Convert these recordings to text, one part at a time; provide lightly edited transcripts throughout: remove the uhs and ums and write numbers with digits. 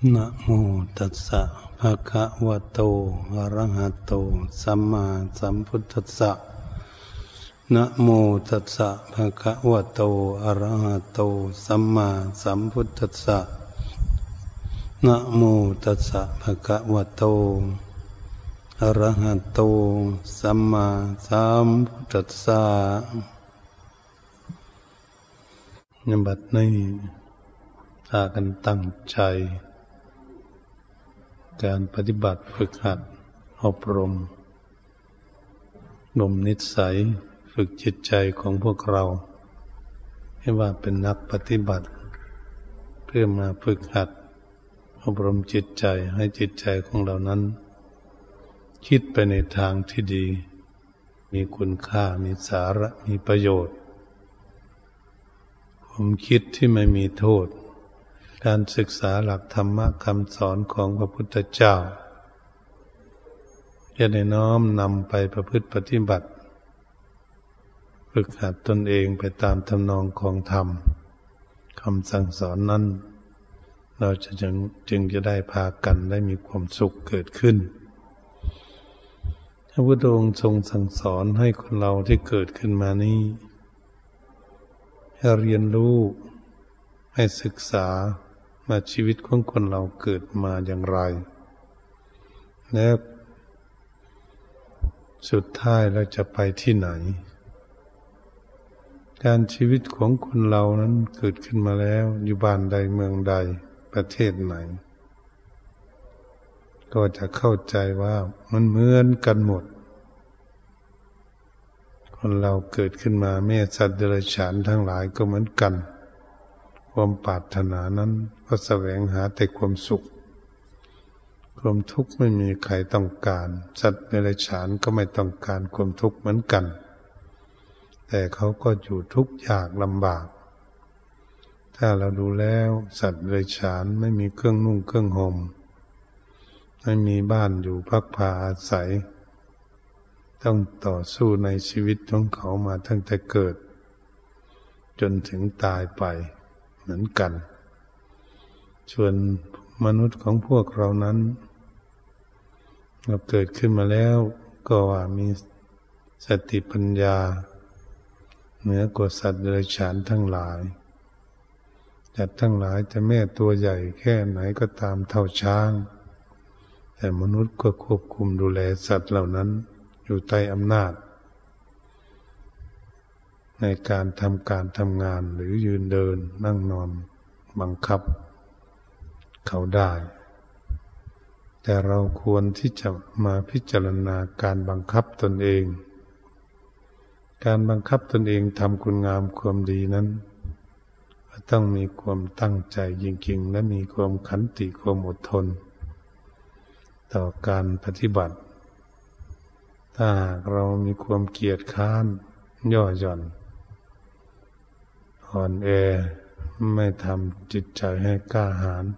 นะโมตัสสะภะคะวะโตอะระหะโตสัมมาสัมพุทธัสสะนะโมตัสสะภะคะวะโตอะระหะโตสัมมาสัมพุทธัสสะนะโมตัสสะภะคะวะโตอะระหะโตสัมมาสัมพุทธัสสะในบัดนี้พากันตั้งใจการปฏิบัติฝึกหัดอบรมบ่มนิสัยฝึกจิตใจของพวกเราให้ว่าเป็นนักปฏิบัติเพื่อมาฝึกหัดอบรมจิตใจให้จิตใจของเรานั้นคิดไปในทางที่ดีมีคุณค่ามีสาระมีประโยชน์ผมคิดที่ไม่มีโทษการศึกษาหลักธรรมะคำสอนของพระพุทธเจ้าจะได้น้อมนำไปประพฤติปฏิบัติฝึกหัดตนเองไปตามทำนองของธรรมคำสั่งสอนนั้นเราจึงจะได้พากันได้มีความสุขเกิดขึ้นพระพุทธองค์ทรงสั่งสอนให้คนเราที่เกิดขึ้นมานี้ให้เรียนรู้ให้ศึกษาว่าชีวิตของคนเราเกิดมาอย่างไรและสุดท้ายเราจะไปที่ไหนการชีวิตของคนเรานั้นเกิดขึ้นมาแล้วอยู่บ้านใดเมืองใดประเทศไหนก็จะเข้าใจว่ามันเหมือนกันหมดคนเราเกิดขึ้นมาแม้สัตว์เดรัจฉานทั้งหลายก็เหมือนกันความปรารถนานั้นก็แสวงหาแต่ความสุขความทุกข์ไม่มีใครต้องการสัตว์เดรัจฉานก็ไม่ต้องการความทุกข์เหมือนกันแต่เขาก็อยู่ทุกข์ยากลำบากถ้าเราดูแล้วสัตว์เดรัจฉานไม่มีเครื่องนุ่งเครื่องห่มไม่มีบ้านอยู่พักผ่าอาศัยต้องต่อสู้ในชีวิตของเขามาตั้งแต่เกิดจนถึงตายไปเหมือนกันส่วนมนุษย์ของพวกเรานั้นเราเกิดขึ้นมาแล้วก็ว่ามีสติปัญญาเหนือกว่าสัตว์เดรัจฉานทั้งหลายสัตว์ทั้งหลายจะแม้ตัวใหญ่แค่ไหนก็ตามเท่าช้างแต่มนุษย์ก็ควบคุมดูแลสัตว์เหล่านั้นอยู่ใต้อำนาจในการทำงานหรือยืนเดินนั่งนอนบังคับเขาได้แต่เราควรที่จะมาพิจารณาการบังคับตนเองการบังคับตนเองทำคุณงามความดีนั้นต้องมีความตั้งใจจริงๆและมีความขันติความอดทนต่อการปฏิบัติถ้าหากเรามีความเกียจคร้านย่อหย่อนอ่อนแอไม่ทำจิตใจให้กล้าหาญ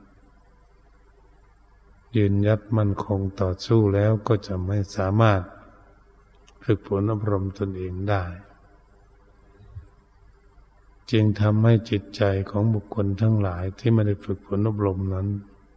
ยืนหยัดมั่นคงต่อสู้แล้วก็จะไม่สามารถฝึกฝนอบรมตนเองได้จึงทำให้จิตใจของบุคคลทั้งหลายที่ไม่ได้ฝึกฝนอบรมนั้น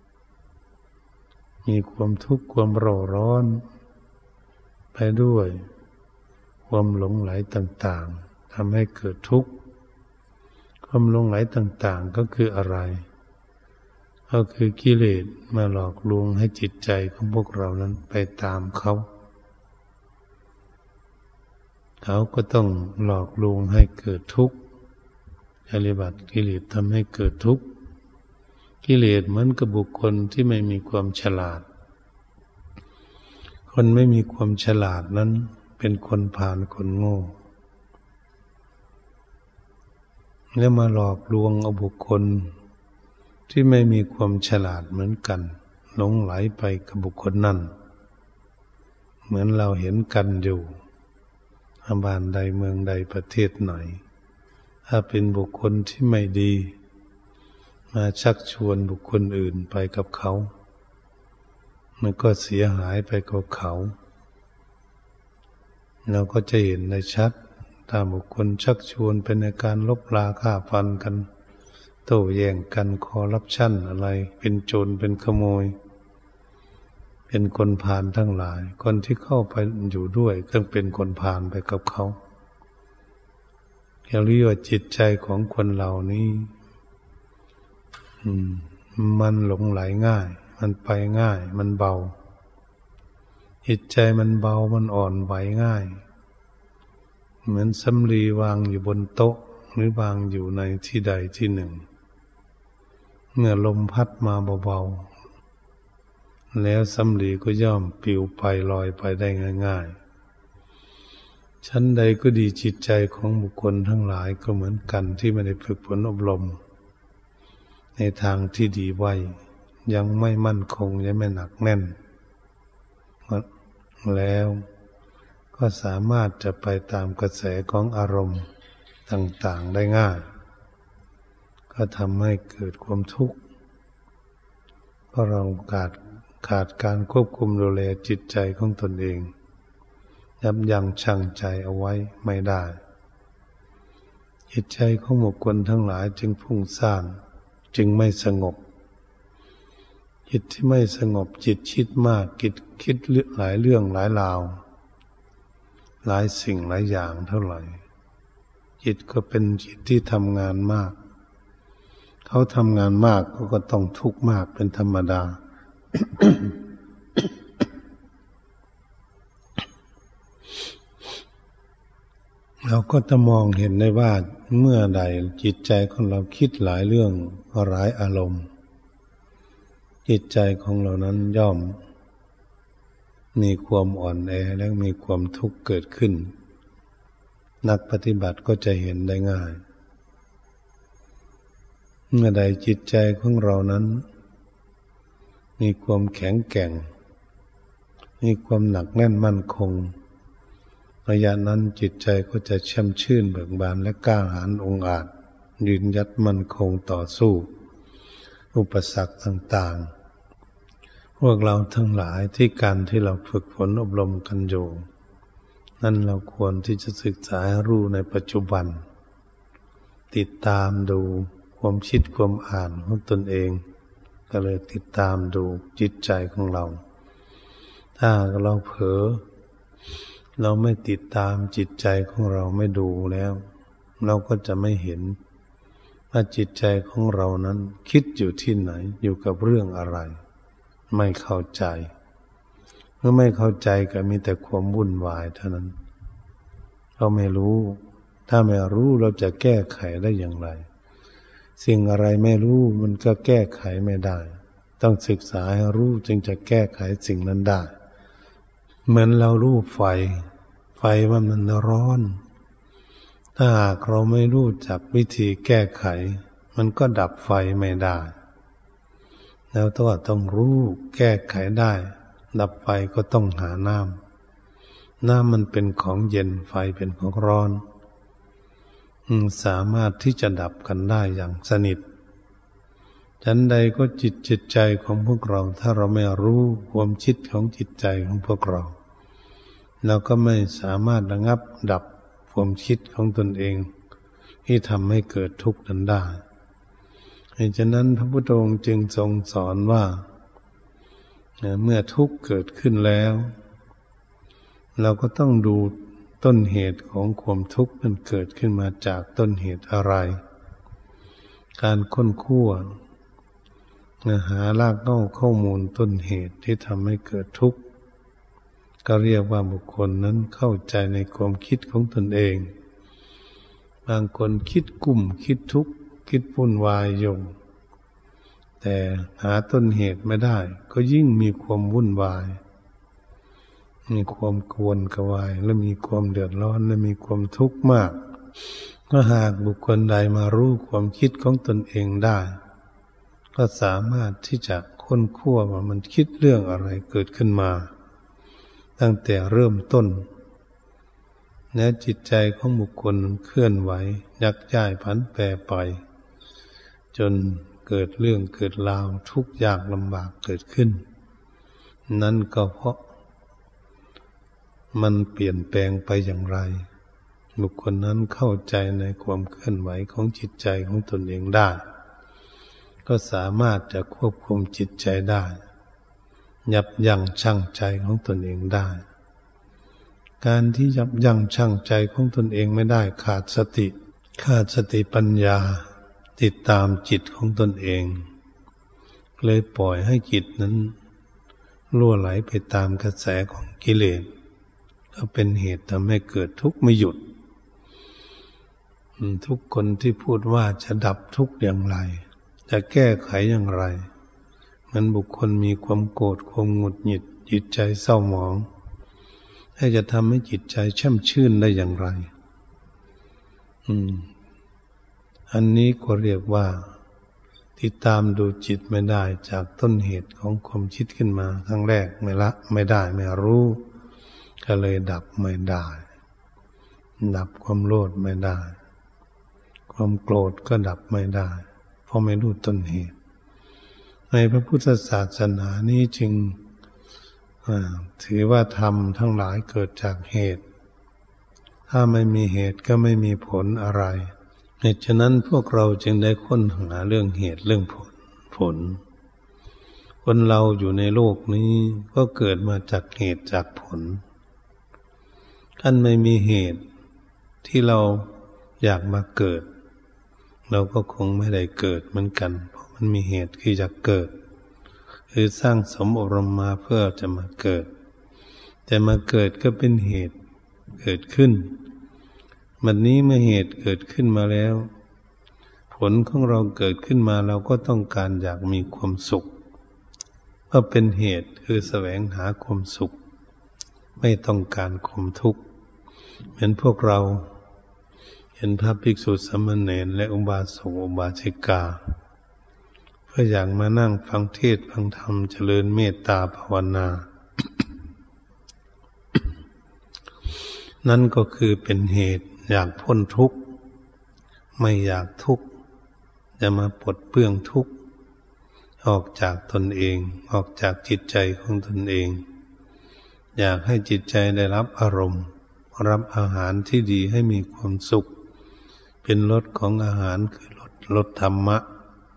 มีความทุกข์ความเร่าร้อนไปด้วยความหลงไหลต่างๆทำให้เกิดทุกข์ความหลงไหลต่างๆก็คืออะไรก็คือกิเลสมาหลอกลวงให้จิตใจของพวกเรานั้นไปตามเขาก็ต้องหลอกลวงให้เกิดทุกข์ปฏิบัติกิเลสทำให้เกิดทุกข์กิเลสเหมือนกับบุคคลที่ไม่มีความฉลาดคนไม่มีความฉลาดนั้นเป็นคนพาลคนโง่แล้วมาหลอกลวงเอาบุคคลที่ไม่มีความฉลาดเหมือนกันหลงไหลไปกับบุคคลนั้นเหมือนเราเห็นกันอยู่บ้านใดเมืองใดประเทศไหนถ้าเป็นบุคคลที่ไม่ดีมาชักชวนบุคคลอื่นไปกับเขามันก็เสียหายไปกับเขาเราก็จะเห็นได้ชัดถ้าบุคคลชักชวนไปในการลบราฆ่าฟันกันโต้แย้งกันคอร์รัปชันอะไรเป็นโจรเป็นขโมยเป็นคนพาลทั้งหลายคนที่เข้าไปอยู่ด้วยก็เป็นคนพาลไปกับเขาเราเรียกว่าจิตใจของคนเหล่านี้มันหลงไหลง่ายมันไปง่ายมันเบาจิตใจมันเบามันอ่อนไหวง่ายเหมือนสำลีวางอยู่บนโต๊ะหรือวางอยู่ในที่ใดที่หนึ่งเมื่อลมพัดมาเบาๆแล้วสำลีก็ย่อมปลิวไปลอยไปได้ง่ายๆชั้นใดก็ดีจิตใจของบุคคลทั้งหลายก็เหมือนกันที่ไม่ได้ฝึกฝนอบรมในทางที่ดีไว้ยังไม่มั่นคงยังไม่หนักแน่นแล้วก็สามารถจะไปตามกระแสของอารมณ์ต่างๆได้ง่ายก็ทำให้เกิดความทุกข์เพราะเราขาดการควบคุมดูแลจิตใจของตนเองยับยั้งชั่งใจเอาไว้ไม่ได้จิตใจของบุคคลทั้งหลายจึงพุ่งซ่านจึงไม่สงบจิตที่ไม่สงบจิตคิดมากคิดหลายเรื่องหลายราวหลายสิ่งหลายอย่างเท่าไหร่จิตก็เป็นจิตที่ทำงานมากเขาทำงานมากก็ต้องทุกข์มากเป็นธรรมดา เราก็จะมองเห็นได้ว่าเมื่อใดจิตใจของเราคิดหลายเรื่องหลายอารมณ์จิตใจของเรานั้นย่อมมีความอ่อนแอและมีความทุกข์เกิดขึ้นนักปฏิบัติก็จะเห็นได้ง่ายเมื่อใดจิตใจของเรานั้นมีความแข็งแกร่งมีความหนักแน่นมั่นคงระยะนั้นจิตใจก็จะแช่มชื่นเบิกบานและกล้าหาญองอาจยืนหยัดมั่นคงต่อสู้อุปสรรคต่างๆพวกเราทั้งหลายที่การที่เราฝึกฝนอบรมกันอยู่นั่นเราควรที่จะศึกษารู้ในปัจจุบันติดตามดูความคิดความอ่านของตนเองก็เลยติดตามดูจิตใจของเราถ้าเราเผลอเราไม่ติดตามจิตใจของเราไม่ดูแล้วเราก็จะไม่เห็นว่าจิตใจของเรานั้นคิดอยู่ที่ไหนอยู่กับเรื่องอะไรไม่เข้าใจเมื่อไม่เข้าใจก็มีแต่ความวุ่นวายเท่านั้นเราไม่รู้ถ้าไม่รู้เราจะแก้ไขได้อย่างไรสิ่งอะไรไม่รู้มันก็แก้ไขไม่ได้ต้องศึกษาให้รู้จึงจะแก้ไขสิ่งนั้นได้เหมือนเรารู้ไฟว่ามันร้อนถ้าหากเราไม่รู้จักวิธีแก้ไขมันก็ดับไฟไม่ได้แล้วต้องรู้แก้ไขได้ดับไฟก็ต้องหาน้ำมันเป็นของเย็นไฟเป็นของร้อนสามารถที่จะดับกันได้อย่างสนิทฉันใดก็จิตใจของพวกเราถ้าเราไม่รู้ความคิดของจิตใจของพวกเราก็ไม่สามารถระงับดับความคิดของตนเองที่ทำให้เกิดทุกข์นั้นได้ฉะนั้นพระพุทธองค์จึงทรงสอนว่าเมื่อทุกข์เกิดขึ้นแล้วเราก็ต้องดูต้นเหตุของความทุกข์มันเกิดขึ้นมาจากต้นเหตุอะไรการค้นคว้าหารากเหง้าข้อมูลต้นเหตุที่ทำให้เกิดทุกข์ก็เรียกว่าบุคคลนั้นเข้าใจในความคิดของตนเองบางคนคิดกุ้มคิดทุกข์คิดวุ่นวายอยู่แต่หาต้นเหตุไม่ได้ก็ยิ่งมีความวุ่นวายมีความกวนกวายและมีความเดือดร้อนและมีความทุกข์มากถ้าหากบุคคลใดมารู้ความคิดของตนเองได้ก็สามารถที่จะค้นคว้าว่ามันคิดเรื่องอะไรเกิดขึ้นมาตั้งแต่เริ่มต้นและจิตใจของบุคคลเคลื่อนไหวยักย้ายผันแปรไปจนเกิดเรื่องเกิดราวทุกข์ยากลำบากเกิดขึ้นนั่นก็เพราะมันเปลี่ยนแปลงไปอย่างไรบุคคลนั้นเข้าใจในความเคลื่อนไหวของจิตใจของตนเองได้ก็สามารถจะควบคุมจิตใจได้ยับยั้งชั่งใจของตนเองได้การที่ยับยั้งชั่งใจของตนเองไม่ได้ขาดสติปัญญาติดตามจิตของตนเองเลยปล่อยให้จิตนั้นล่วไหลไปตามกระแสของกิเลสก็เป็นเหตุทำให้เกิดทุกข์ไม่หยุดทุกคนที่พูดว่าจะดับทุกข์อย่างไรจะแก้ไขอย่างไรมันบุคคลมีความโกรธความหงุดหงิดจิตใจเศร้าหมองให้จะทำให้จิตใจแช่มชื่นได้อย่างไรอันนี้ก็เรียกว่าติดตามดูจิตไม่ได้จากต้นเหตุของความคิดขึ้นมาครั้งแรกไม่ละไม่ได้ไม่รู้ก็เลยดับไม่ได้ดับความโลภไม่ได้ความโกรธก็ดับไม่ได้เพราะไม่รู้ต้นเหตุในพระพุทธศาสนานี้จึงถือว่าธรรมทั้งหลายเกิดจากเหตุถ้าไม่มีเหตุก็ไม่มีผลอะไรเหตุฉะนั้นพวกเราจึงได้ค้นหาเรื่องเหตุเรื่องผลคนเราอยู่ในโลกนี้ก็เกิดมาจากเหตุจากผลท่านไม่มีเหตุที่เราอยากมาเกิดเราก็คงไม่ได้เกิดเหมือนกันเพราะมันมีเหตุที่จะเกิดคือสร้างสมอบรมมาเพื่อจะมาเกิดแต่มาเกิดก็เป็นเหตุเกิดขึ้นบัดนี้เมื่อเหตุเกิดขึ้นมาแล้วผลของเราเกิดขึ้นมาเราก็ต้องการอยากมีความสุขก็เป็นเหตุคือแสวงหาความสุขไม่ต้องการความทุกข์เหมือนพวกเราเห็นพระภิกษุสามเณรและอุบาสกอุบาสิกาเพื่ออยากมานั่งฟังเทศน์ฟังธรรมเจริญเมตตาภาวนา นั่นก็คือเป็นเหตุอยากพ้นทุกข์ไม่อยากทุกข์จะมาปลดเปลื้องทุกข์ออกจากตนเองออกจากจิตใจของตนเองอยากให้จิตใจได้รับอารมณ์รับอาหารที่ดีให้มีความสุขเป็นรสของอาหารคือรสธรรมะ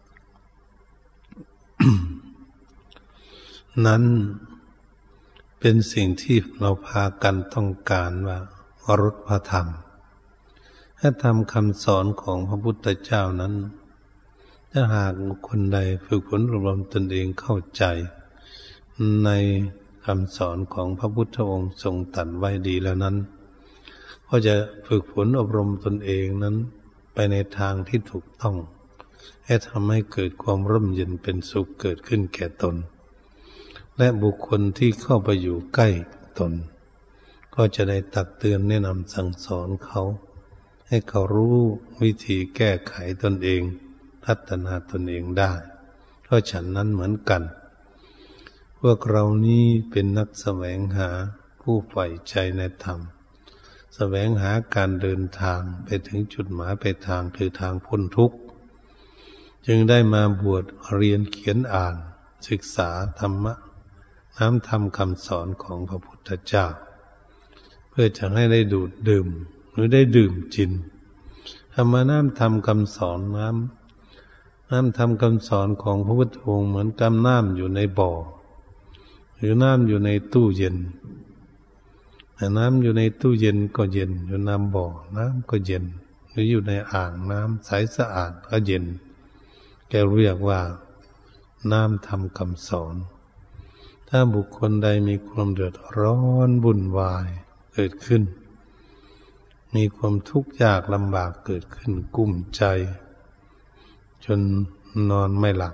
นั้นเป็นสิ่งที่เราพากันต้องการว่ารสพระธรรมถ้าทำคำสอนของพระพุทธเจ้านั้นถ้าหากคนใดฝึกฝนอบรมตนเองเข้าใจในคำสอนของพระพุทธองค์ทรงตรัสไว้ดีแล้วนั้นก็จะฝึกฝนอบรมตนเองนั้นไปในทางที่ถูกต้องให้ทำให้เกิดความร่มเย็นเป็นสุขเกิดขึ้นแก่ตนและบุคคลที่เข้าไปอยู่ใกล้ตนก็จะได้ตักเตือนแนะนำสั่งสอนเขาให้เขารู้วิธีแก้ไขตนเองพัฒนาตนเองได้เพราะฉันนั้นเหมือนกันพวกเรานี้เป็นนักแสวงหาผู้ใฝ่ใจในธรรมแสวงหาการเดินทางไปถึงจุดหมายปลายทางคือทางพ้นทุกข์จึงได้มาบวชเรียนเขียนอ่านศึกษาธรรมะน้ำธรรมคำสอนของพระพุทธเจ้าเพื่อจะให้ได้ดูดดื่มหรือได้ดื่มจินธรรมะน้ำธรรมคำสอนน้ำธรรมคำสอนของพระพุทธองค์เหมือนกับน้ำอยู่ในบ่อหรือน้ำอยู่ในตู้เย็นแต่น้ำอยู่ในตู้เย็นก็เย็นอยู่น้ำบ่อน้ำก็เย็นหรืออยู่ในอ่างน้ำใสสะอาดก็เย็นแกเรียกว่าน้ำธรรมคำสอนถ้าบุคคลใดมีความเดือดร้อนวุ่นวายเกิดขึ้นมีความทุกข์ยากลำบากเกิดขึ้นกุ้มใจจนนอนไม่หลับ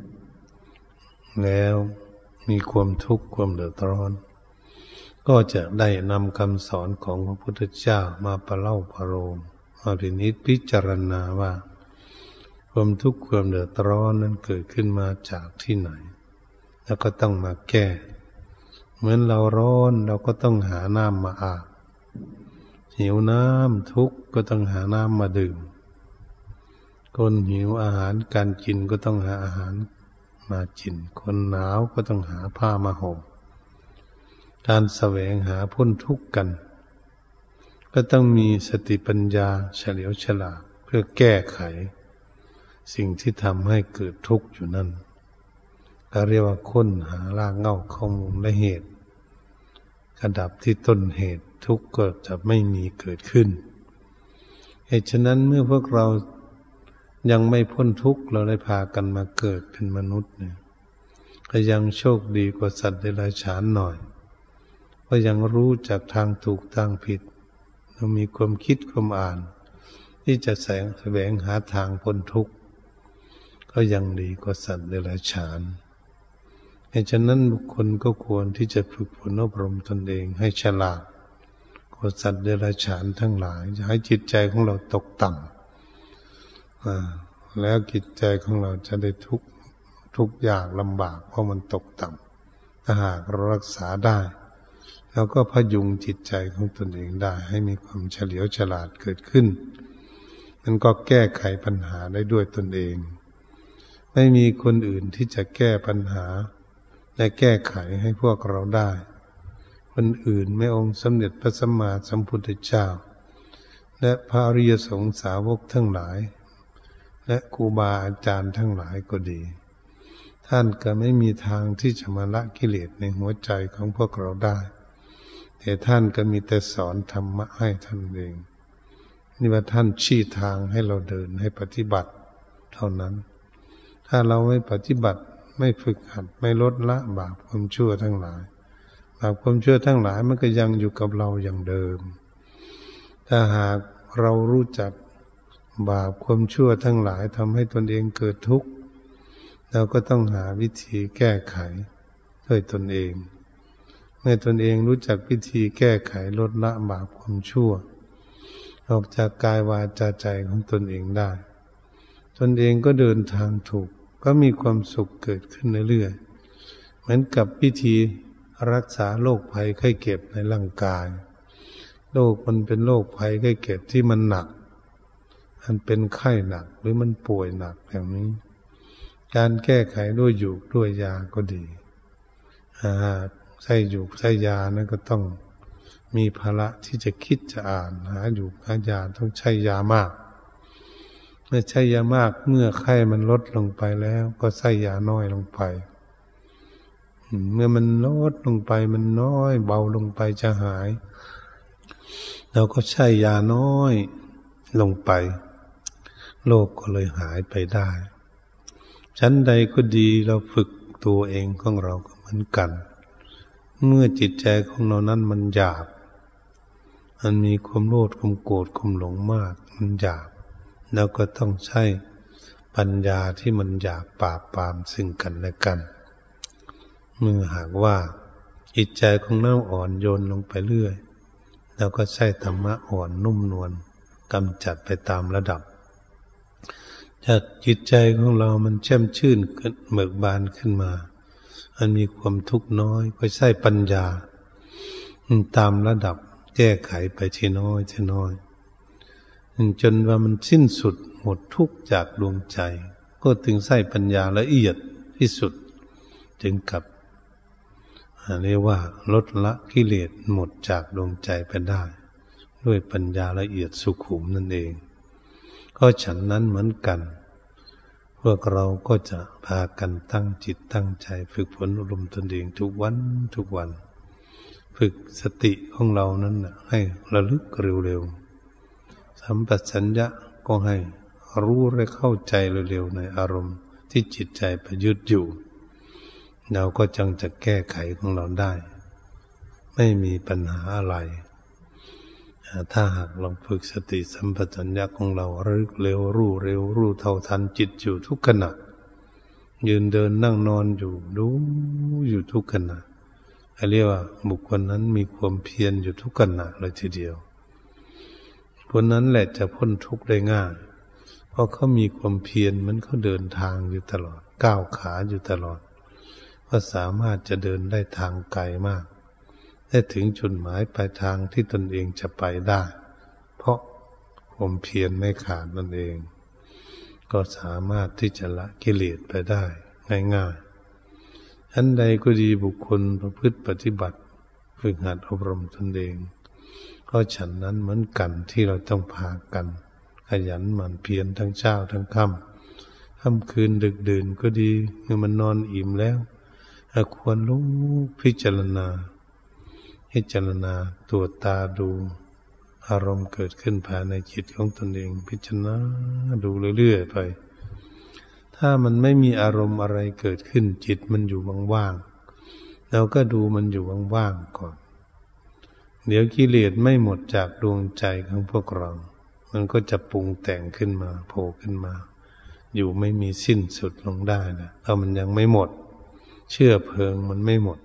แล้วมีความทุกข์ความเดือดร้อนก็จะได้นำคำสอนของพระพุทธเจ้ามาประเล่าประโลมมาพินิจพิจารณาว่าความทุกข์ความเดือดร้อนนั้นเกิดขึ้นมาจากที่ไหนแล้วก็ต้องมาแก้เหมือนเราร้อนเราก็ต้องหาน้ำมาอาบหิวน้ำทุกข์ก็ต้องหาน้ำมาดื่มคนหิวอาหารการกินก็ต้องหาอาหารมากินคนหนาวก็ต้องหาผ้ามาห่มการแสวงหาพ้นทุกข์กันก็ต้องมีสติปัญญาเฉลียวฉลาดเพื่อแก้ไขสิ่งที่ทำให้เกิดทุกข์อยู่นั่นก็เรียกว่าค้นหารากเหง้าข้อมูลและเหตุกระดับที่ต้นเหตุทุกข์ก็จะไม่มีเกิดขึ้นเหตุฉะนั้นเมื่อพวกเรายังไม่พ้นทุกข์เราได้พากันมาเกิดเป็นมนุษย์เนี่ยก็ยังโชคดีกว่าสัตว์เดรัจฉานหน่อยก็ยังรู้จักทางถูกทางผิดเรามีความคิดความอ่านที่จะแสวงหาทางพ้นทุกข์ก็ยังดีกว่าสัตว์เดรัจฉานเหตุฉะนั้นบุคคลก็ควรที่จะฝึกฝนอบรมตนเองให้ฉลาดกว่าสัตว์เดรัจฉานทั้งหลายอย่าให้จิตใจของเราตกต่ำแล้วจิตใจของเราจะได้ทุกข์ยากลำบากเพราะมันตกต่ำถ้าหากเรารักษาได้แล้วก็พยุงจิตใจของตนเองได้ให้มีความเฉลียวฉลาดเกิดขึ้นมันก็แก้ไขปัญหาได้ด้วยตนเองไม่มีคนอื่นที่จะแก้ปัญหาและแก้ไขให้พวกเราได้คนอื่นไม่องค์สมเด็จพระสัมมาสัมพุทธเจ้าและพระอริยสงสาวกทั้งหลายและครูบาอาจารย์ทั้งหลายก็ดีท่านก็ไม่มีทางที่จะมาละกิเลสในหัวใจของพวกเราได้แต่ท่านก็มีแต่สอนธรรมะให้ท่านเองนี่ว่าท่านชี้ทางให้เราเดินให้ปฏิบัติเท่านั้นถ้าเราไม่ปฏิบัติไม่ฝึกหัดไม่ลดละบาปความชั่วทั้งหลายบาปความชั่วทั้งหลายมันก็ยังอยู่กับเราอย่างเดิมถ้าหากเรารู้จักบาปความชั่วทั้งหลายทำให้ตนเองเกิดทุกข์เราก็ต้องหาวิธีแก้ไขด้วยตนเองเมื่อตนเองรู้จักวิธีแก้ไขลดละบาปความชั่วออกจากกายวาจาใจของตนเองได้ตนเองก็เดินทางถูกก็มีความสุขเกิดขึ้นเรื่อยๆเหมือนกับวิธีรักษาโรคภัยไข้เจ็บในร่างกายโรคมันเป็นโรคภัยไข้เจ็บที่มันหนักมันเป็นไข้หนักหรือมันป่วยหนักอย่างนี้การแก้ไขด้วยหยูกด้วยยาก็ดีใช้หยูกใช้ยานั้นก็ต้องมีภาระที่จะคิดจะอ่านหาหยูกหายาต้องใช้ยามากเมื่อใช้ยามากเมื่อไข้มันลดลงไปแล้วก็ใช้ยาน้อยลงไปเมื่อมันลดลงไปมันน้อยเบาลงไปจะหายเราก็ใช้ยาน้อยลงไปโรคก็เลยหายไปได้ชั้นใดก็ดีเราฝึกตัวเองของเราก็เหมือนกันเมื่อจิตใจของเรานั้นมันหยาบมันมีความโลภความโกรธความหลงมากมันหยาบแล้วก็ต้องใช้ปัญญาที่มันหยาบปราบปรามซึ่งกันและกันเมื่อหากว่าจิตใจของเราอ่อนโยนลงไปเรื่อยแล้วก็ใช้ธรรมะอ่อนนุ่มนวลกำจัดไปตามระดับถ้าจิตใจของเรามันแช่มชื่นเบิกบานขึ้นมามันมีความทุกข์น้อยก็ใช้ปัญญาตามระดับแก้ไขไปทีน้อยทีน้อยจนว่ามันสิ้นสุดหมดทุกข์จากดวงใจก็ถึงใช้ปัญญาละเอียดที่สุดถึงกับเรียกว่าลดละกิเลสหมดจากดวงใจไปได้ด้วยปัญญาละเอียดสุขุมนั่นเองก็ฉันนั้นเหมือนกันพวกเราก็จะพากันตั้งจิตตั้งใจฝึกฝนอบรมตนเองทุกวันทุกวันฝึกสติของเรานั้นให้ระลึกเร็วๆสัมปชัญญะก็ให้รู้และเข้าใจเร็วๆในอารมณ์ที่จิตใจประยุทธ์อยู่เราก็จังจะแก้ไขของเราได้ไม่มีปัญหาอะไรถ้าหากลองฝึกสติสัมปชัญญะของเราระลึกเร็วรู้เท่าทันจิตอยู่ทุกขณะยืนเดินนั่งนอนอยู่ดูอยู่ทุกขณะเรียกว่าบุคคลนั้นมีความเพียรอยู่ทุกขณะเลยทีเดียวคนนั้นแหละจะพ้นทุกข์ได้ง่ายเพราะเขามีความเพียรเหมือนเขาเดินทางอยู่ตลอดก้าวขาอยู่ตลอดก็สามารถจะเดินได้ทางไกลมากได้ถึงจุดหมายปลายทางที่ตนเองจะไปได้เพราะความเพียรไม่ขาดนั่นเองก็สามารถที่จะละกิเลสไปได้ง่ายๆอันใดก็ดีบุคคลประพฤติปฏิบัติฝึกหัดอบรมตนเองก็ฉันนั้นเหมือนกันที่เราต้องพากันขยันหมั่นเพียรทั้งเช้าทั้งค่ค่ำคืนดึกดื่นก็ดีเมื่อมันนอนอิ่มแล้วควรรู้พิจารณาตรวจตาดูอารมณ์เกิดขึ้นภายในจิตของตนเองพิจารณาดูเรื่อยๆไปถ้ามันไม่มีอารมณ์อะไรเกิดขึ้นจิตมันอยู่ว่างๆเราก็ดูมันอยู่ว่างๆก่อนเดี๋ยวกิเลสไม่หมดจากดวงใจของพวกเรามันก็จะปรุงแต่งขึ้นมาโผล่ขึ้นมาอยู่ไม่มีสิ้นสุดลงได้นะถ้ามันยังไม่หมดเชื้อเพลิงมันไม่หมด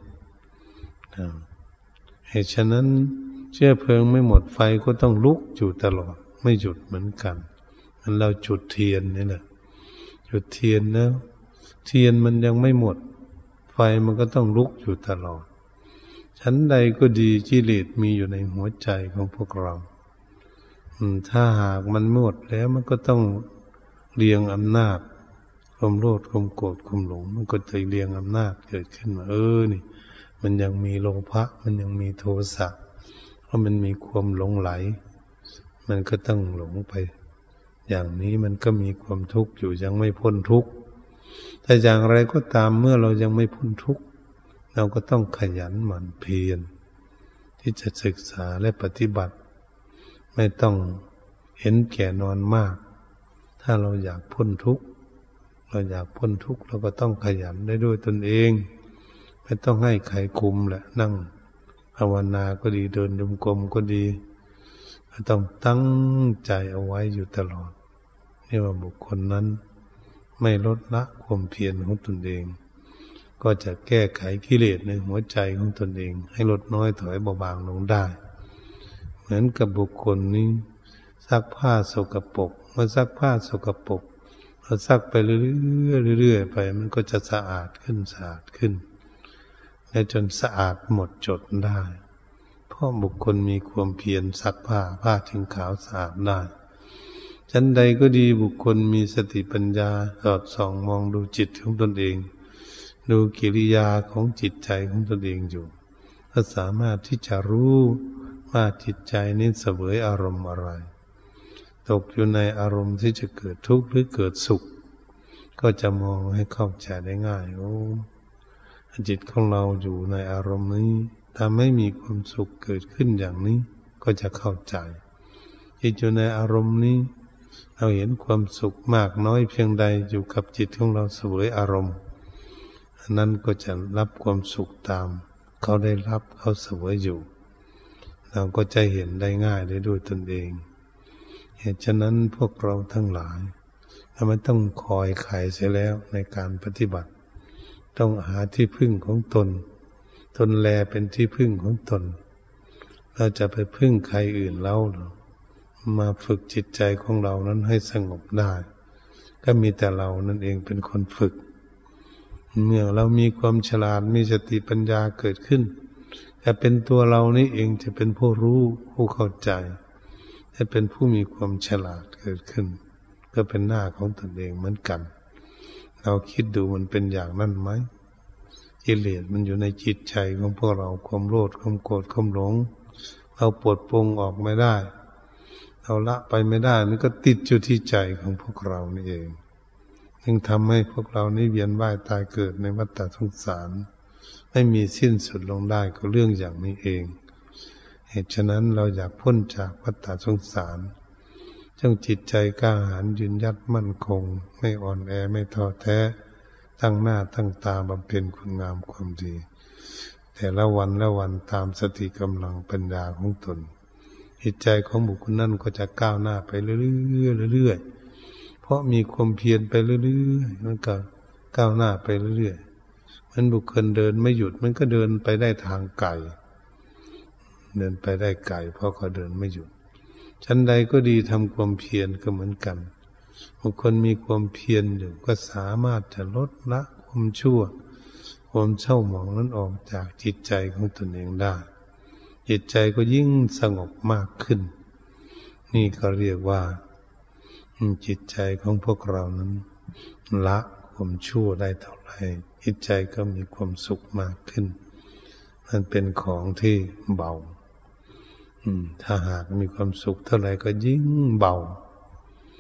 เหตุฉะนั้นเชื้อเพลิงไม่หมดไฟก็ต้องลุกอยู่ตลอดไม่หยุดเหมือนกันมันเราจุดเทียนนี่แหละจุดเทียนแล้วเทียนมันยังไม่หมดไฟมันก็ต้องลุกอยู่ตลอดชั้นใดก็ดีกิเลสมีอยู่ในหัวใจของพวกเราถ้าหากมันหมดแล้วมันก็ต้องเรียงอำนาจความโลภความโกรธความหลงมันก็จะเรียงอำนาจเกิดขึ้นมานี่มันยังมีโลภะมันยังมีโทสะเพราะมันมีความหลงไหลมันก็ต้องหลงไปอย่างนี้มันก็มีความทุกข์อยู่ยังไม่พ้นทุกข์แต่อย่างไรก็ตามเมื่อเรายังไม่พ้นทุกข์เราก็ต้องขยันหมั่นเพียรที่จะศึกษาและปฏิบัติไม่ต้องเห็นแก่นอนมากถ้าเราอยากพ้นทุกข์เราก็ต้องขยันได้ด้วยตนเองไม่ต้องให้ใครคุมแหละนั่งภาวนาก็ดีเดินจงกรมก็ดีต้องตั้งใจเอาไว้อยู่ตลอดนี่ว่าบุคคลนั้นไม่ลดละความเพียรของตนเองก็จะแก้ไขกิเลสในหัวใจของตนเองให้ลดน้อยถอยเบาบางลงได้เหมือนกับบุคคลนี้ซักผ้าสกปรกเมื่อซักผ้าสกปรกเราซักไปเรื่อยๆไปมันก็จะสะอาดขึ้นและจนสะอาดหมดจดได้เพราะบุคคลมีความเพียรซักผ้าถึงขาวสะอาดได้ชั้นใดก็ดีบุคคลมีสติปัญญาสอดส่องมองดูจิตของตนเองดูกิริยาของจิตใจของตนเองอยู่ก็สามารถที่จะรู้ว่าจิตใจนี้เสวยอารมณ์อะไรตกอยู่ในอารมณ์ที่จะเกิดทุกข์หรือเกิดสุขก็จะมองให้เข้าใจได้ง่ายจิตของเราอยู่ในอารมณ์นี้ถ้าไม่มีความสุขเกิดขึ้นอย่างนี้ก็จะเข้าใจจิตอยู่ในอารมณ์นี้เราเห็นความสุขมากน้อยเพียงใดอยู่กับจิตของเราเสวยอารมณ์นั้นก็จะรับความสุขตามเขาได้รับเขาเสวยอยู่เราก็จะเห็นได้ง่ายได้ด้วยตนเองเหตุฉะนั้นพวกเราทั้งหลายไม่ต้องคอยใครเสียแล้วในการปฏิบัติต้องหาที่พึ่งของตนแลเป็นที่พึ่งของตนเราจะไปพึ่งใครอื่นเล่ามาฝึกจิตใจของเรานั้นให้สงบได้ก็มีแต่เรานั่นเองเป็นคนฝึกเมื่อเรามีความฉลาดมีสติปัญญาเกิดขึ้นจะเป็นตัวเรานี่เองจะเป็นผู้รู้ผู้เข้าใจจะเป็นผู้มีความฉลาดเกิดขึ้นก็เป็นหน้าของตนเองเหมือนกันเราคิดดูมันเป็นอย่างนั้นไหมกิเลสมันอยู่ในจิตใจของพวกเราความโลภความโกรธความหลงเราปลดปลงออกไม่ได้เราละไปไม่ได้มันก็ติดอยู่ที่ใจของพวกเรานี่เองจึงทำให้พวกเรานี่เวียนว่ายตายเกิดในวัฏสงสารไม่มีสิ้นสุดลงได้ก็เรื่องอย่างนี้เองเหตุฉะนั้นเราอยากพ้นจากวัฏสงสารจงจิตใจกล้าหาญยืนหยัดมั่นคงไม่อ่อนแอไม่ท้อแท้ตั้งหน้าตั้งตาบำเพ็ญคุณงามความดีแต่ละวันตามสติกำลังปัญญาของตนจิตใจของบุคคลนั้นก็จะก้าวหน้าไปเรื่อยๆเพราะมีความเพียรไปเรื่อยๆมันก็ก้าวหน้าไปเรื่อยๆมันบุคคลเดินไม่หยุดมันก็เดินไปได้ทางไกลเดินไปได้ไกลเพราะเขาเดินไม่หยุดชั้นใดก็ดีทำความเพียรก็เหมือนกันบุคคลมีความเพียรอยู่ก็สามารถจะลดละความชั่วความเศร้าหมองนั้นออกจากจิตใจของตนเองได้จิตใจก็ยิ่งสงบมากขึ้นนี่ก็เรียกว่าจิตใจของพวกเรานั้นละความชั่วได้เท่าไหร่จิตใจก็มีความสุขมากขึ้นมันเป็นของที่เบาถ้าหากมีความสุขเท่าไหร่ก็ยิ่งเบา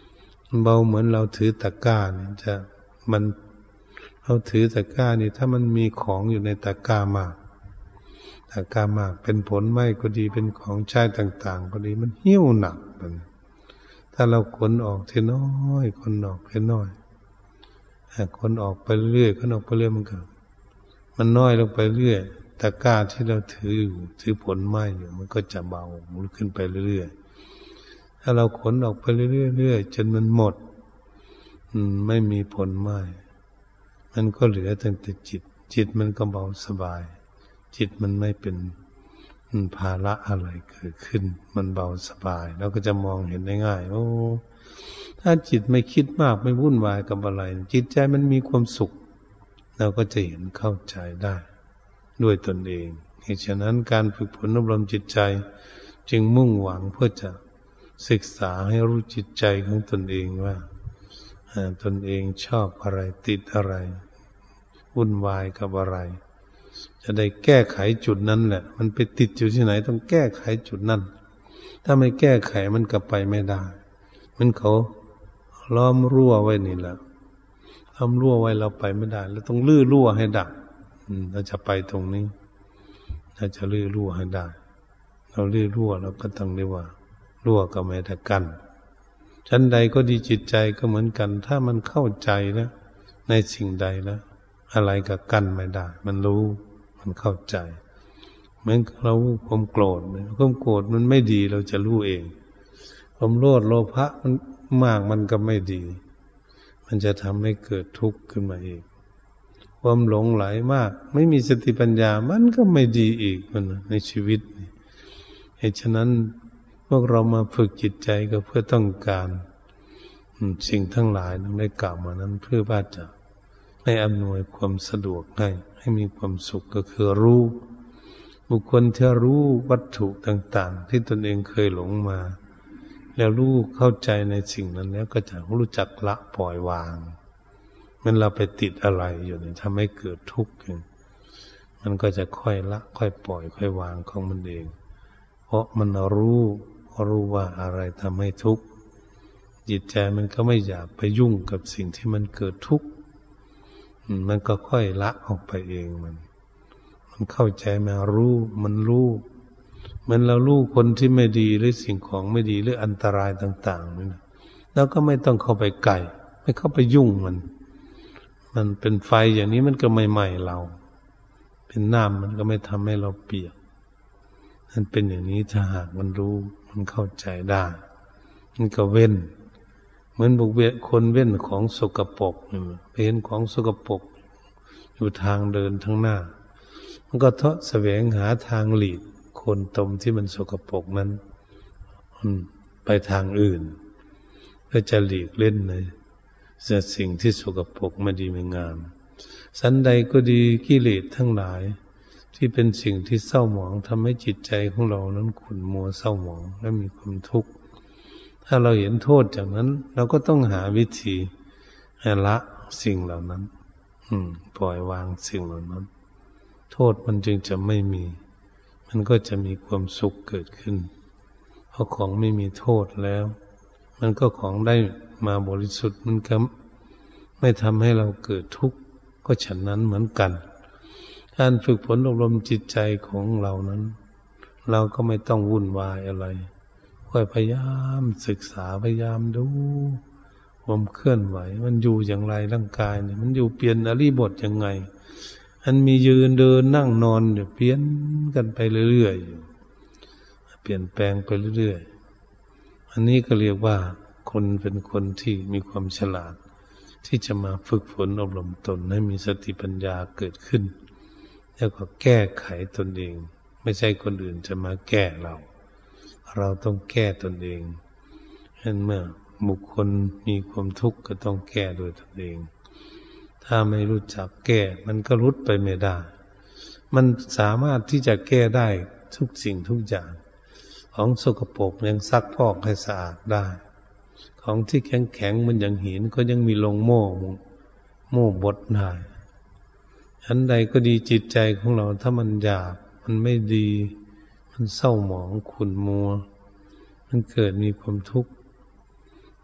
เบาเหมือนเราถือตะกร้าเนี่ยมันเราถือตะกร้านี่ถ้ามันมีของอยู่ในตะกร้ามากตะกร้ามากเป็นผลไม้ก็ดีเป็นของใช้ต่างๆก็ดีมันหิ้วหนักมันถ้าเราขนออกทีน้อยขนออกทีน้อยขนออกไปเรื่อยขนออกไปเรื่อยมันน้อยลงไปเรื่อยตะกร้าที่เราถืออยู่ถือผลไม้อยู่มันก็จะเบามันขึ้นไปเรื่อยๆถ้าเราขนออกไปเรื่อยๆจนมันหมดไม่มีผลไม้มันก็เหลือตั้งแต่จิตมันก็เบาสบายจิตมันไม่เป็นภาระอะไรเกิดขึ้นมันเบาสบายเราก็จะมองเห็นได้ง่ายโอ้ถ้าจิตไม่คิดมากไม่วุ่นวายกับอะไรจิตใจมันมีความสุขเราก็จะเห็นเข้าใจได้ด้วยตนเองเหตุฉะนั้นการฝึกฝนอบรมจิตใจจึงมุ่งหวังเพื่อจะศึกษาให้รู้จิตใจของตนเองว่าตนเองชอบอะไรติดอะไรวุ่นวายกับอะไรจะได้แก้ไขจุดนั้นแหละมันไปติดอยู่ที่ไหนต้องแก้ไขจุดนั้นถ้าไม่แก้ไขมันก็ไปไม่ได้มันเขาล้อมรั้วไว้นี่แหละล้อมรั้วไว้เราไปไม่ได้เราต้องลื้อรั้วให้ดับเราจะไปตรงนี้เราจะลื้อรั้วให้ได้เราลื้อรั้วเราก็ต้องเรียกว่ารั้วก็ไม่ได้กันชั้นใดก็ดีจิตใจก็เหมือนกันถ้ามันเข้าใจแล้วในสิ่งใดแล้วอะไรก็กั้นไม่ได้มันรู้มันเข้าใจเหมือนเราความโกรธความโกรธมันไม่ดีเราจะรู้เองความโลภโลภะมันมากมันก็ไม่ดีมันจะทำให้เกิดทุกข์ขึ้นมาเองความหลงไหลมากไม่มีสติปัญญามันก็ไม่ดีอีกมันในชีวิตเหตุฉะนั้นพวกเรามาฝึกจิตใจก็เพื่อต้องการสิ่งทั้งหลายนั้นได้กล่าวมานั้นเพื่อว่าจะให้อำนวยความสะดวกให้มีความสุขก็คือรู้บุคคลที่รู้วัตถุต่างๆที่ตนเองเคยหลงมาแล้วรู้เข้าใจในสิ่งนั้นแล้วก็จะรู้จักละปล่อยวางมันเราไปติดอะไรอยู่เนี่ยทำให้เกิดทุกข์มันก็จะค่อยละค่อยปล่อยค่อยวางของมันเองเพราะมันรู้ว่าอะไรทำให้ทุกข์จิตใจมันก็ไม่อยากไปยุ่งกับสิ่งที่มันเกิดทุกข์มันก็ค่อยละออกไปเองมันเข้าใจมารู้มันรู้เหมือนเรารู้คนที่ไม่ดีหรือสิ่งของไม่ดีหรืออันตรายต่างๆนี่นะแล้วก็ไม่ต้องเข้าไปไกลไม่เข้าไปยุ่งมันเป็นไฟอย่างนี้มันก็ไม่ไหม้เราเป็นน้ำมันก็ไม่ทำให้เราเปียกมันเป็นอย่างนี้ถ้าหากมันรู้มันเข้าใจได้มันก็เว้นเหมือนบุกเบียคนเว้นของสกปรกไปเห็นของสกปรกอยู่ทางเดินทั้งหน้ามันก็แสวงหาทางหลีกคนตมที่มันสกปรกนั้นไปทางอื่นเพื่อจะหลีกเล่นในสิ่งที่สกปรกไม่ดีไม่งามสันใดก็ดีกิเลสทั้งหลายที่เป็นสิ่งที่เศร้าหมองทำให้จิตใจของเรานั้นขุ่นมัวเศร้าหมองและมีความทุกข์ถ้าเราเห็นโทษจากนั้นเราก็ต้องหาวิธีให้ละสิ่งเหล่านั้นปล่อยวางสิ่งเหล่านั้นโทษมันจึงจะไม่มีมันก็จะมีความสุขเกิดขึ้นเพราะของไม่มีโทษแล้วมันก็ของได้มาบริสุทธิ์มันก็ไม่ทำให้เราเกิดทุกข์ก็ฉะนั้นเหมือนกันการฝึกฝนอบรมจิตใจของเรานั้นเราก็ไม่ต้องวุ่นวายอะไรค่อยพยายามศึกษาพยายามดูความเคลื่อนไหวมันอยู่อย่างไรร่างกายเนี่ยมันอยู่เปลี่ยนอริบทยังไงมันมียืนเดินนั่งนอนเปลี่ยนกันไปเรื่อยๆเปลี่ยนแปลงไปเรื่อยๆอันนี้ก็เรียกว่าคนเป็นคนที่มีความฉลาดที่จะมาฝึกฝนอบรมตนให้มีสติปัญญาเกิดขึ้นแล้วก็แก้ไขตนเองไม่ใช่คนอื่นจะมาแก้เราต้องแก้ตนเองเห็นเมื่อบุคคลมีความทุกข์ก็ต้องแก้โดยตนเองถ้าไม่รู้จักแก้มันก็รุดไปไม่ได้มันสามารถที่จะแก้ได้ทุกสิ่งทุกอย่างของสกปรกยังซักพอกให้สะอาดได้ของที่แข็งๆมันอย่างหินก็ยังมีลงโม่บดได้อันใดก็ดีจิตใจของเราถ้ามันหยาบมันไม่ดีมันเศร้าหมองขุ่นมัวมันเกิดมีความทุกข์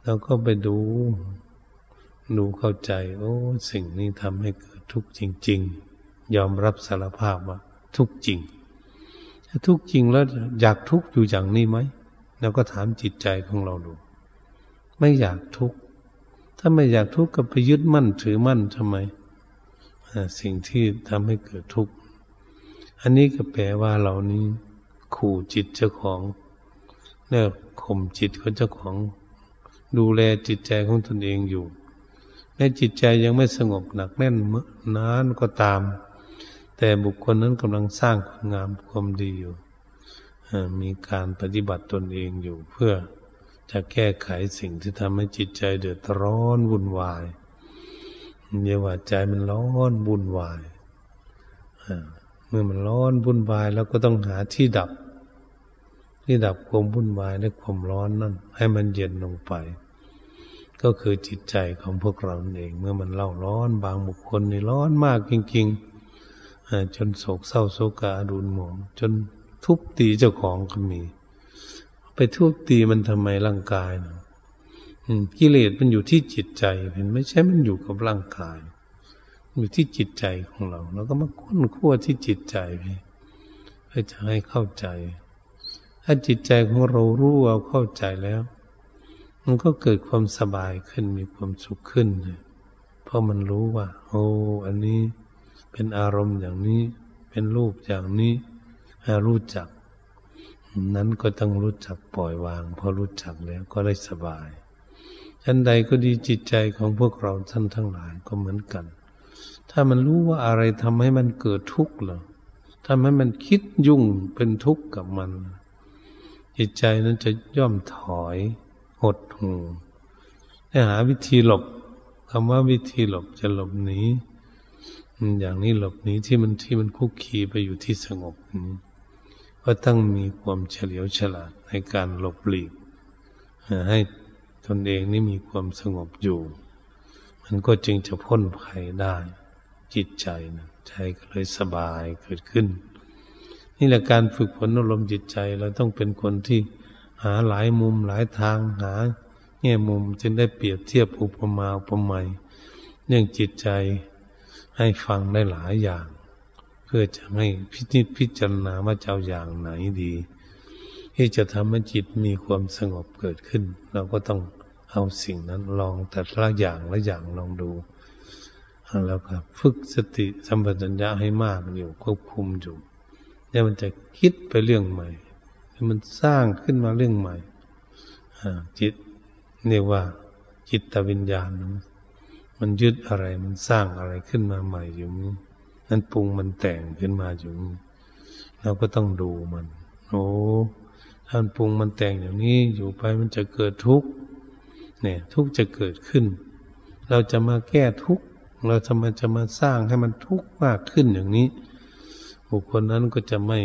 เราก็ไปดูเข้าใจโอ้สิ่งนี้ทำให้เกิดทุกข์จริงๆยอมรับสารภาพว่าทุกข์จริงถ้าทุกข์จริงแล้วอยากทุกข์อยู่อย่างนี้ไหมเราก็ถามจิตใจของเราดูไม่อยากทุกข์ถ้าไม่อยากทุกข์ก็ไปยึดมั่นถือมั่นทำไมสิ่งที่ทำให้เกิดทุกข์อันนี้ก็แปลว่าเรานี้ขู่จิตเจ้าของเนี่ยข่มจิตของเจ้าของดูแลจิตใจของตนเองอยู่แม้จิตใจยังไม่สงบหนักแน่นนานก็ตามแต่บุคคลนั้นกำลังสร้างคุณงามความดีอยู่มีการปฏิบัติตนเองอยู่เพื่อจะแก้ไขสิ่งที่ทำให้จิตใจเดือดร้อนวุ่นวายเรียกว่าใจมันร้อนวุ่นวายเมื่อมันร้อนวุ่นวายแล้วก็ต้องหาที่ดับความวุ่นวายและความร้อนนั่นให้มันเย็นลงไปก็คือจิตใจของพวกเราเองเมื่อมันเล่าร้อนบางบุคคลนี่ร้อนมากจริงๆจนโศกเศร้าโศการุณหมองจนทุบตีเจ้าของก็มีไปทุบตีมันทำไมร่างกายนะกิเลสมันอยู่ที่จิตใจเป็นไม่ใช่มันอยู่กับร่างกายอยู่ที่จิตใจของเราแล้วก็มาค้นคว้าที่จิตใจเพื่อจะให้เข้าใจถ้าจิตใจของเรารู้เอาเข้าใจแล้วมันก็เกิดความสบายขึ้นมีความสุขขึ้นเพราะมันรู้ว่าโอ้อันนี้เป็นอารมณ์อย่างนี้เป็นรูปอย่างนี้รู้จักนั้นก็ต้องรู้จักปล่อยวางพอรู้จักแล้วก็ได้สบายอันใดก็ดีจิตใจของพวกเราท่านทั้งหลายก็เหมือนกันถ้ามันรู้ว่าอะไรทำให้มันเกิดทุกข์หรอทำให้มันคิดยุ่งเป็นทุกข์กับมันจิตใจนั้นจะย่อมถอยหดหู่หาวิธีหลบคำว่าวิธีหลบจะหลบหนีอย่างนี้หลบหนีที่มันคุกคีไปอยู่ที่สงบก็ต้องมีความเฉลียวฉลาดในการหลบหลีกให้ตนเองนี่มีความสงบอยู่มันก็จึงจะพ้นภัยได้จิตใจนะใจก็เลยสบายเกิดขึ้นนี่แหละการฝึกฝนอารมณ์จิตใจเราต้องเป็นคนที่หาหลายมุมหลายทางหาแง่มุมจึงได้เปรียบเทียบอุปมาอุปไมยเรื่องจิตใจให้ฟังได้หลายอย่างเพื่อจะให้พิจารณาว่าจะเอาอย่างไหนดีที่จะทำให้จิตมีความสงบเกิดขึ้นเราก็ต้องเอาสิ่งนั้นลองแต่ละอย่างลองดูแล้วก็ฝึกสติสัมปชัญญะให้มากอยู่ควบคุมอยู่แล้วมันจะคิดไปเรื่องใหม่มันสร้างขึ้นมาเรื่องใหม่จิตเรียกว่าจิตวิญญาณมันยึดอะไรมันสร้างอะไรขึ้นมาใหม่อยู่นั่นปรุงมันแต่งขึ้นมาอยู่เราก็ต้องดูมันโอ้ท่านปรุงมันแต่งอย่างนี้อยู่ไปมันจะเกิดทุกข์เนี่ยทุกข์จะเกิดขึ้นเราจะมาแก้ทุกข์เราจะมาสร้างให้มันทุกข์มากขึ้นอย่างนี้บุคคลนั้นก็จะไม่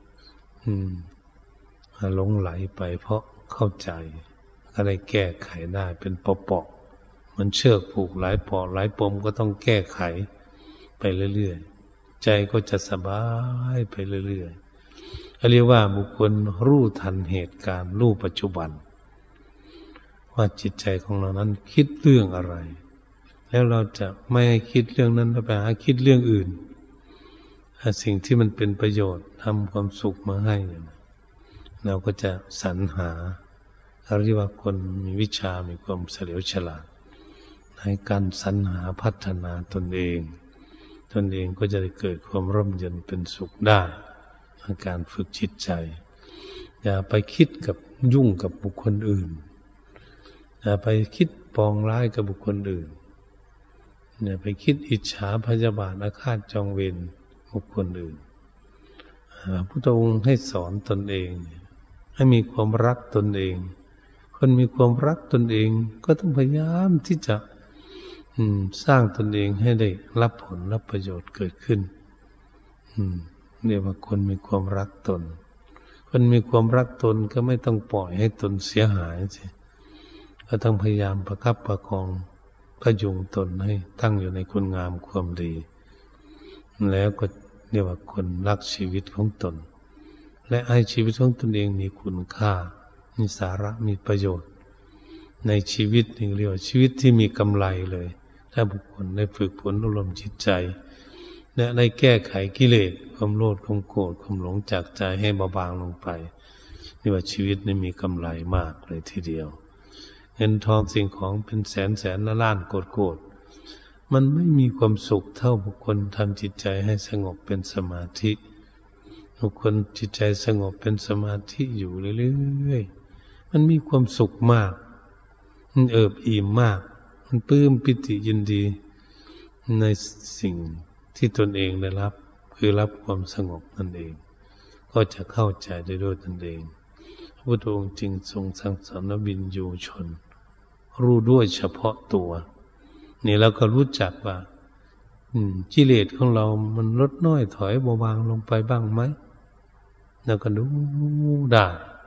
หลงไหลไปเพราะเข้าใจอะไรแก้ไขได้เป็นเปาะๆมันเชือกผูกหลายปอกหลายปมก็ต้องแก้ไขไปเรื่อยๆใจก็จะสบายไปเรื่อยๆเรียกว่าบุคคลรู้ทันเหตุการณ์รู้ปัจจุบันว่าจิตใจของเรานั้นคิดเรื่องอะไรแล้วเราจะไม่ให้คิดเรื่องนั้นแล้วไปหาคิดเรื่องอื่นสิ่งที่มันเป็นประโยชน์ทำความสุขมาให้เราก็จะสรรหาเรียกว่าคนมีวิชามีความเฉลียวฉลาดในการสรรหาพัฒนาตนเองก็จะได้เกิดความร่มเย็นเป็นสุขได้ในการฝึกจิตใจอย่าไปคิดกับยุ่งกับบุคคลอื่นอย่าไปคิดปองร้ายกับบุคคลอื่นอย่าไปคิดอิจฉาพยาบาทอาฆาตจองเวรบุคคลอื่นพระพุทธองค์ให้สอนตนเองให้มีความรักตนเองคนมีความรักตนเองก็ต้องพยายามที่จะสร้างตนเองให้ได้รับผลรับประโยชน์เกิดขึ้นเรียกว่าคนมีความรักตนคนมีความรักตนก็ไม่ต้องปล่อยให้ตนเสียหายสิก็ต้องพยายามประคับประคองพยุงตนให้ตั้งอยู่ในคุณงามความดีแล้วก็เรียกว่าคนรักชีวิตของตนและให้ชีวิตของตนเองมีคุณค่ามีสาระมีประโยชน์ในชีวิตนี่เรียกว่าชีวิตที่มีกำไรเลยถ้าบุคคลได้ฝึกฝนอบรมจิตใจและได้แก้ไขกิเลสความโลภความโกรธความหลงจากใจให้เบาบางลงไปนี่ว่าชีวิตนี่มีกำไรมากเลยทีเดียวเงินทองสิ่งของเป็นแสนแสนล้านโกรธมันไม่มีความสุขเท่าบุคคลทำจิตใจให้สงบเป็นสมาธิบุคคลจิตใจสงบเป็นสมาธิอยู่เรื่อยๆมันมีความสุขมากมันเอิบอิ่มมากมันปลื้มปิติยินดีในสิ่งที่ตนเองได้รับคือรับความสงบนั่นเองก็จะเข้าใจได้ด้วยตนเองพระพุทธองค์จึงทรงสั่งสอนวินยูชนรู้ด้วยเฉพาะตัวนี่เราก็รู้จักว่ากิเลสของเรามันลดน้อยถอยเบาบางลงไปบ้างไหมแล้วก็ดูได้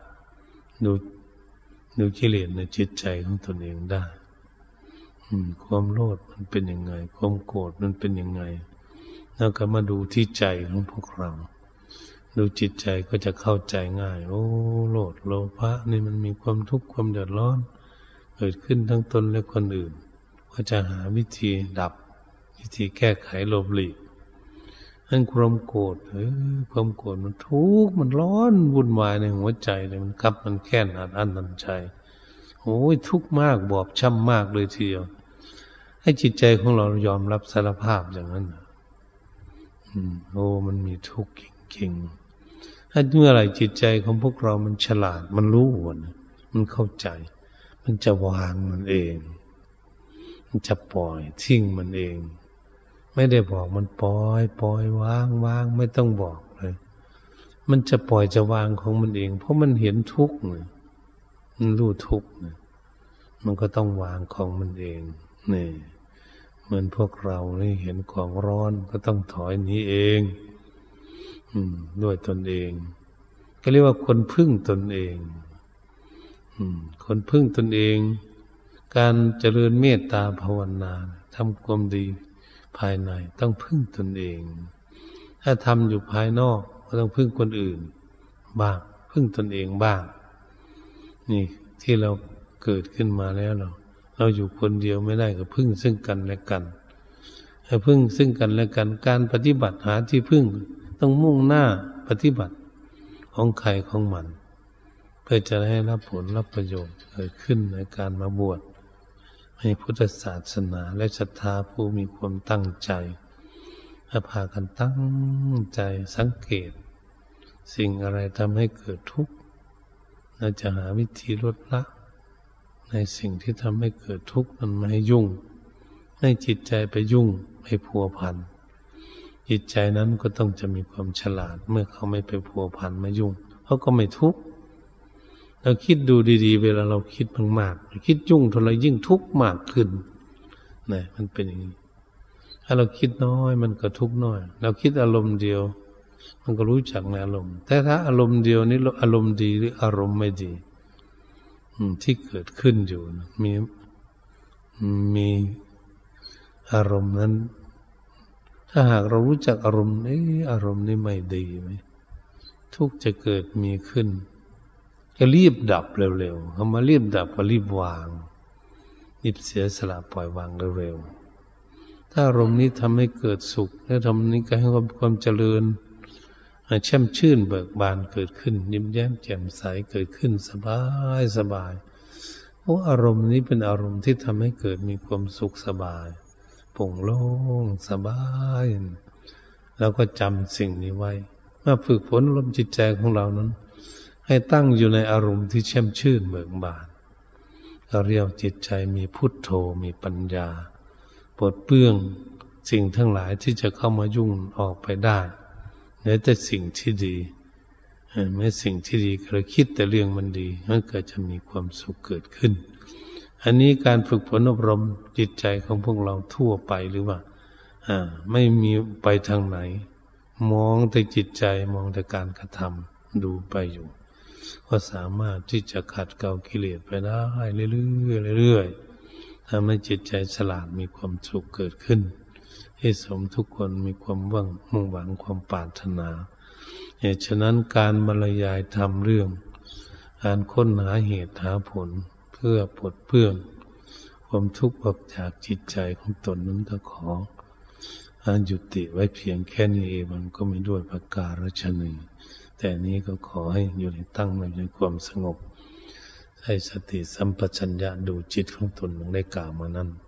ดูกิเลสในจิตใจของตนเองได้ความโลภมันเป็นยังไงความโกรธมันเป็นยังไงแล้วก็มาดูที่ใจของพวกเราดูจิตใจก็จะเข้าใจง่ายโอ้โลภโลภะนี่มันมีความทุกข์ความเดือดร้อนเกิดขึ้นทั้งตนและคนอื่นก็จะหาวิธีดับวิธีแก้ไขหลบหลีกนั่นความโกรธความโกรธมันทุกข์มันร้อนวุ่นวายในหัวใจเลยมันคับมันแค้นอัดตันใจโอ้ยทุกข์มากบอบช้ำมากเลยทีเดียวให้จิตใจของเรายอมรับสารภาพอย่างนั้นโอ้มันมีทุกข์จริงๆถ้าเมื่อไหร่จิตใจของพวกเรามันฉลาดมันรู้มันเข้าใจมันจะวางมันเองมันจะปล่อยทิ้งมันเองไม่ได้บอกมันปล่อยวางไม่ต้องบอกเลยมันจะปล่อยจะวางของมันเองเพราะมันเห็นทุกข์มันรู้ทุกข์มันก็ต้องวางของมันเองนี่เหมือนพวกเรานี่เห็นของร้อนก็ต้องถอยหนีเองด้วยตนเองก็เรียกว่าคนพึ่งตนเองคนพึ่งตนเองการเจริญเมตตาภาวนาทำความดีภายในต้องพึ่งตนเองถ้าทำอยู่ภายนอกก็ต้องพึ่งคนอื่นบ้างพึ่งตนเองบ้างนี่ที่เราเกิดขึ้นมาแล้วเราอยู่คนเดียวไม่ได้ก็พึ่งซึ่งกันและกันให้พึ่งซึ่งกันและกันการปฏิบัติหาที่พึ่งต้องมุ่งหน้าปฏิบัติของใครของมันเพื่อจะได้รับผลรับประโยชน์เกิดขึ้นในการมาบวชให้พุทธศาสนาและศรัทธาผู้มีความตั้งใจและพากันตั้งใจสังเกตสิ่งอะไรทำให้เกิดทุกข์เราจะหาวิธีลดละในสิ่งที่ทำให้เกิดทุกข์มันไม่ให้ยุ่งให้จิตใจไปยุ่งไปพัวพันจิตใจนั้นก็ต้องจะมีความฉลาดเมื่อเขาไม่ไปพัวพันไม่ยุ่งเขาก็ไม่ทุกข์เราคิดดูดีๆเวลาเราคิดมากๆคิดยุ่งเท่าไรยิ่งทุกข์มากขึ้นนี่มันเป็นอย่างนี้ถ้าเราคิดน้อยมันก็ทุกข์น้อยเราคิดอารมณ์เดียวมันก็รู้จักในอารมณ์แต่ถ้าอารมณ์เดียวนี้อารมณ์ดีหรืออารมณ์ไม่ดีที่เกิดขึ้นอยู่มีอารมณ์นั้นถ้าหากเรารู้จักอารมณ์อารมณ์นี้ไม่ดีไหมทุกข์จะเกิดมีขึ้นก็รีบดับเร็วๆคำว่ารีบดับก็รีบวางรีบเสียสละปล่อยวางเร็วๆถ้าอารมณ์นี้ทำให้เกิดสุขและทำนี้ก็ให้ความเจริญแช่มชื่นเบิกบานเกิดขึ้นยิ้มแย้มแจ่มใสเกิดขึ้นสบายเพราะอารมณ์นี้เป็นอารมณ์ที่ทำให้เกิดมีความสุขสบายโปร่งโล่งสบายแล้วก็จำสิ่งนี้ไว้เมื่อฝึกฝนอารมณ์จิตใจของเรานั้นให้ตั้งอยู่ในอารมณ์ที่แช่มชื่นเบิกบานเราเรียกจิตใจมีพุทโธมีปัญญาปลดเปลื้องสิ่งทั้งหลายที่จะเข้ามายุ่งออกไปได้เหลือแต่สิ่งที่ดีแม้สิ่งที่ดีเราคิดแต่เรื่องมันดีมันก็จะมีความสุขเกิดขึ้นอันนี้การฝึกฝนอบรมจิตใจของพวกเราทั่วไปหรือว่าไม่มีไปทางไหนมองแต่จิตใจมองแต่การกระทำดูไปอยู่ก็สามารถที่จะขัดเกลากิเลสไปได้เรื่อยๆทำให้จิตใจฉลาดมีความสุขเกิดขึ้นให้สมทุกคนมีความมุ่งหวังความปรารถนาเหตุฉะนั้นการบรรยายธรรมเรื่องการค้นหาเหตุหาผลเพื่อพื่อปลดเปลื้องความทุกข์ออกจากจิตใจของตนนั้นก็ขอยุติไว้เพียงแค่นี้เองมันก็ไม่ด้วยประการฉะนี้แต่นี้ก็ขอให้อยู่ในตั้งในความสงบให้สติสัมปชัญญะดูจิตของตนลงได้กล่าวมานั้น